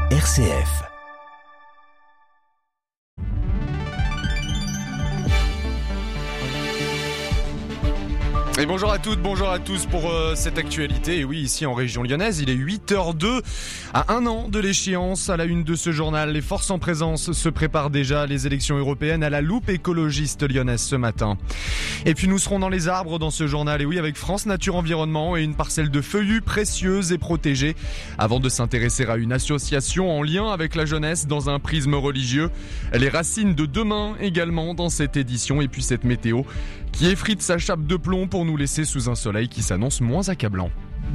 RCF. Et bonjour à toutes, bonjour à tous pour cette actualité. Et oui, ici en région lyonnaise, il est 8h02. À un an de l'échéance, à la une de ce journal, les forces en présence se préparent déjà. Les élections européennes à la loupe écologiste lyonnaise ce matin. Et puis nous serons dans les arbres dans ce journal. Et oui, avec France Nature Environnement et une parcelle de feuillus précieuse et protégée. Avant de s'intéresser à une association en lien avec la jeunesse dans un prisme religieux. Les racines de demain également dans cette édition. Et puis cette météo qui effrite sa chape de plomb pour nous laisser sous un soleil qui s'annonce moins accablant.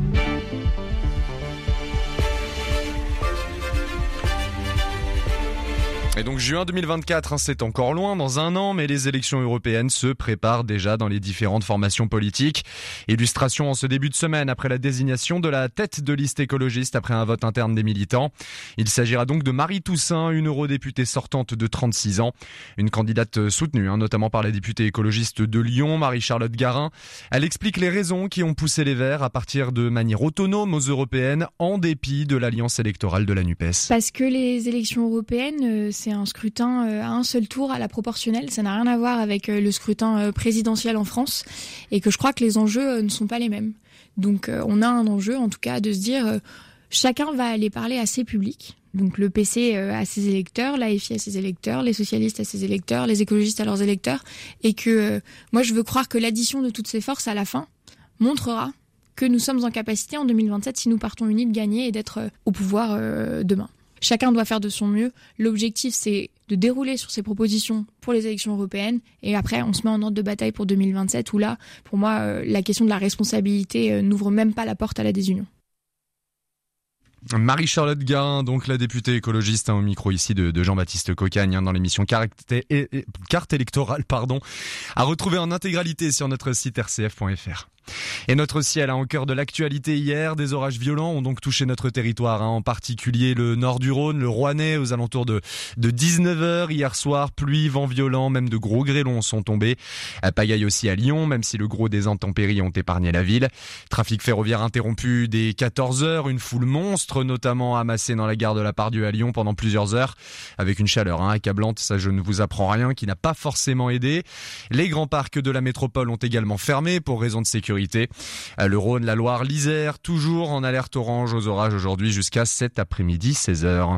Et donc juin 2024, c'est encore loin, dans un an, mais les élections européennes se préparent déjà dans les différentes formations politiques. Illustration en ce début de semaine après la désignation de la tête de liste écologiste après un vote interne des militants. Il s'agira donc de Marie Toussaint, une eurodéputée sortante de 36 ans. Une candidate soutenue, notamment par la députée écologiste de Lyon, Marie-Charlotte Garin. Elle explique les raisons qui ont poussé les Verts à partir de manière autonome aux européennes, en dépit de l'alliance électorale de la NUPES. Parce que les élections européennes, c'est un scrutin à un seul tour à la proportionnelle. Ça n'a rien à voir avec le scrutin présidentiel en France et que je crois que les enjeux ne sont pas les mêmes. Donc on a un enjeu en tout cas de se dire chacun va aller parler à ses publics. Donc le PC à ses électeurs, l'AFI à ses électeurs, les socialistes à ses électeurs, les écologistes à leurs électeurs et que moi je veux croire que l'addition de toutes ces forces à la fin montrera que nous sommes en capacité en 2027 si nous partons unis de gagner et d'être au pouvoir demain. Chacun doit faire de son mieux. L'objectif, c'est de dérouler sur ces propositions pour les élections européennes. Et après, on se met en ordre de bataille pour 2027, où là, pour moi, la question de la responsabilité n'ouvre même pas la porte à la désunion. Marie-Charlotte Garin, donc la députée écologiste, au micro ici de Jean-Baptiste Cocagne, dans l'émission Carte électorale, à retrouver en intégralité sur notre site rcf.fr. Et notre ciel, au cœur de l'actualité hier, des orages violents ont donc touché notre territoire, en particulier le nord du Rhône, le Rouennais, aux alentours de 19h hier soir. Pluie, vent violent, même de gros grêlons sont tombés. Pagaille aussi à Lyon, même si le gros des intempéries ont épargné la ville. Trafic ferroviaire interrompu dès 14h, une foule monstre notamment amassée dans la gare de la Part-Dieu à Lyon pendant plusieurs heures, avec une chaleur accablante, ça je ne vous apprends rien, qui n'a pas forcément aidé. Les grands parcs de la métropole ont également fermé pour raison de sécurité. Le Rhône, la Loire, l'Isère, toujours en alerte orange aux orages aujourd'hui jusqu'à cet après-midi 16h.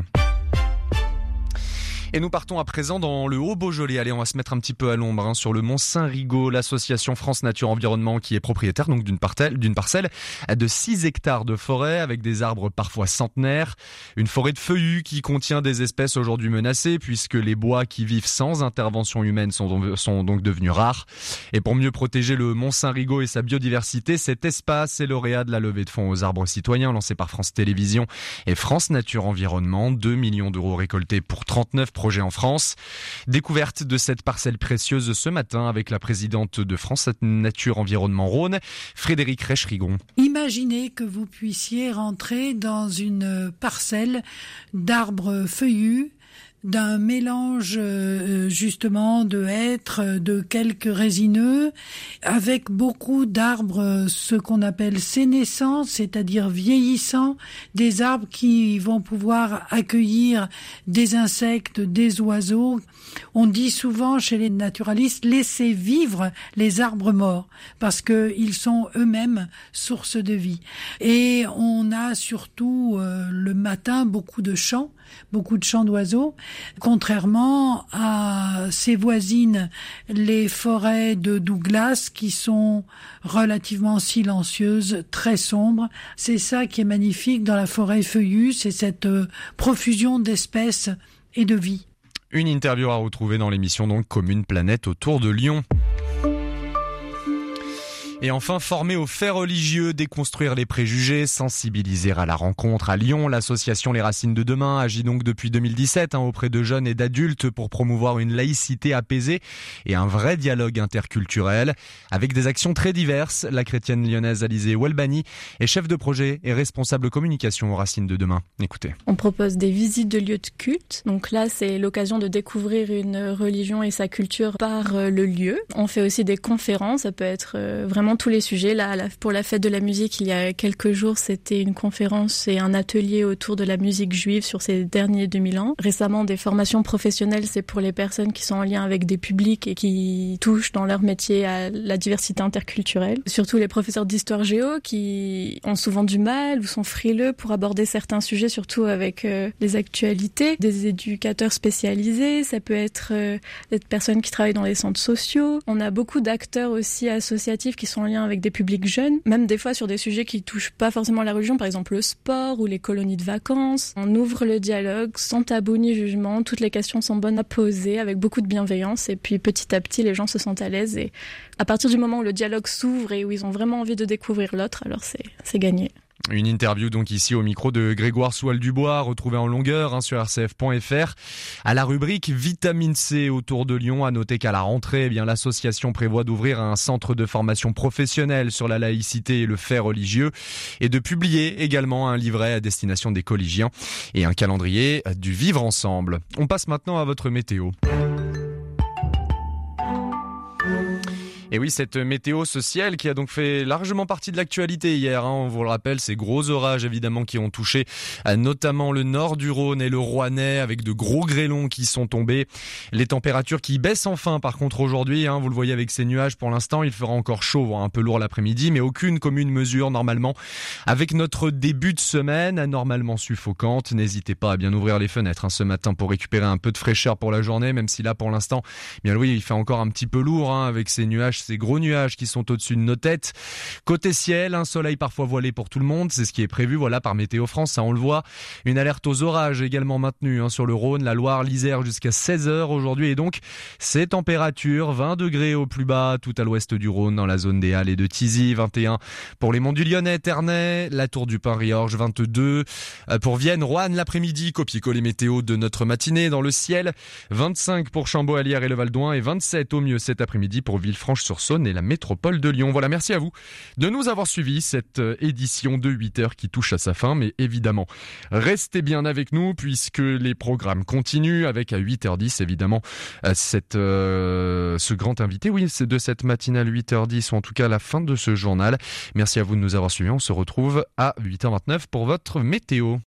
Et nous partons à présent dans le Haut-Beaujolais. Allez, on va se mettre un petit peu à l'ombre sur le mont Saint-Rigaud. L'association France Nature Environnement qui est propriétaire donc d'une parcelle de 6 hectares de forêt avec des arbres parfois centenaires. Une forêt de feuillus qui contient des espèces aujourd'hui menacées puisque les bois qui vivent sans intervention humaine sont donc devenus rares. Et pour mieux protéger le mont Saint-Rigaud et sa biodiversité, cet espace est lauréat de la levée de fonds aux arbres citoyens lancée par France Télévisions et France Nature Environnement. 2 millions d'euros récoltés pour 39 projets en France. Découverte de cette parcelle précieuse ce matin avec la présidente de France Nature Environnement Rhône, Frédérique Rech-Rigon. Imaginez que vous puissiez rentrer dans une parcelle d'arbres feuillus, d'un mélange justement de hêtres, de quelques résineux, avec beaucoup d'arbres, ce qu'on appelle sénescents, c'est-à-dire vieillissants, des arbres qui vont pouvoir accueillir des insectes, des oiseaux. On dit souvent chez les naturalistes, laissez vivre les arbres morts, parce qu'ils sont eux-mêmes source de vie. Et on a surtout le matin beaucoup de chants d'oiseaux, contrairement à ses voisines, les forêts de Douglas, qui sont relativement silencieuses, très sombres. C'est ça qui est magnifique dans la forêt feuillue, c'est cette profusion d'espèces et de vie. Une interview à retrouver dans l'émission donc Commune Planète autour de Lyon. Et enfin, former aux faits religieux, déconstruire les préjugés, sensibiliser à la rencontre. À Lyon, l'association Les Racines de Demain agit donc depuis 2017 auprès de jeunes et d'adultes pour promouvoir une laïcité apaisée et un vrai dialogue interculturel. Avec des actions très diverses, la chrétienne lyonnaise Alizée Welbani est chef de projet et responsable communication aux Racines de Demain. Écoutez. On propose des visites de lieux de culte. Donc là, c'est l'occasion de découvrir une religion et sa culture par le lieu. On fait aussi des conférences. Ça peut être vraiment vraiment tous les sujets. Là, pour la fête de la musique, il y a quelques jours, c'était une conférence et un atelier autour de la musique juive sur ces derniers 2000 ans. Récemment, des formations professionnelles, c'est pour les personnes qui sont en lien avec des publics et qui touchent dans leur métier à la diversité interculturelle. Surtout les professeurs d'histoire géo qui ont souvent du mal ou sont frileux pour aborder certains sujets, surtout avec les actualités. Des éducateurs spécialisés, ça peut être des personnes qui travaillent dans les centres sociaux. On a beaucoup d'acteurs aussi associatifs qui sont en lien avec des publics jeunes, même des fois sur des sujets qui touchent pas forcément la religion, par exemple le sport ou les colonies de vacances. On ouvre le dialogue sans tabou ni jugement, toutes les questions sont bonnes à poser avec beaucoup de bienveillance et puis petit à petit les gens se sentent à l'aise et à partir du moment où le dialogue s'ouvre et où ils ont vraiment envie de découvrir l'autre, alors c'est gagné. Une interview donc ici au micro de Grégoire Soual-Dubois, retrouvée en longueur sur rcf.fr. À la rubrique Vitamine C autour de Lyon, à noter qu'à la rentrée, l'association prévoit d'ouvrir un centre de formation professionnelle sur la laïcité et le fait religieux et de publier également un livret à destination des collégiens et un calendrier du vivre ensemble. On passe maintenant à votre météo. Et oui, cette météo, ce ciel qui a donc fait largement partie de l'actualité hier. On vous le rappelle, ces gros orages évidemment qui ont touché notamment le nord du Rhône et le Rouennais avec de gros grêlons qui sont tombés. Les températures qui baissent enfin par contre aujourd'hui. Vous le voyez avec ces nuages pour l'instant, il fera encore chaud, un peu lourd l'après-midi, mais aucune commune mesure normalement. Avec notre début de semaine anormalement suffocante, n'hésitez pas à bien ouvrir les fenêtres ce matin pour récupérer un peu de fraîcheur pour la journée, même si là pour l'instant, oui, il fait encore un petit peu lourd avec ces nuages, ces gros nuages qui sont au-dessus de nos têtes. Côté ciel, un soleil parfois voilé pour tout le monde, c'est ce qui est prévu par Météo France, ça on le voit. Une alerte aux orages également maintenue sur le Rhône, la Loire, l'Isère jusqu'à 16h aujourd'hui et donc ces températures, 20 degrés au plus bas tout à l'ouest du Rhône dans la zone des Halles et de Thizy, 21 pour les monts du Lyonnais, Ternay, la Tour du Pin, Riorges, 22 pour Vienne, Roanne l'après-midi, copier-coller météo de notre matinée dans le ciel, 25 pour Chambaud-Allière et le Val d'Oing et 27 au mieux cet après-midi pour Villefranche-sur-Saône et la métropole de Lyon. Voilà, merci à vous de nous avoir suivis cette édition de 8h qui touche à sa fin, mais évidemment, restez bien avec nous puisque les programmes continuent avec à 8h10 évidemment ce grand invité, c'est de cette matinale 8h10 ou en tout cas la fin de ce journal. Merci à vous de nous avoir suivis, on se retrouve à 8h29 pour votre météo.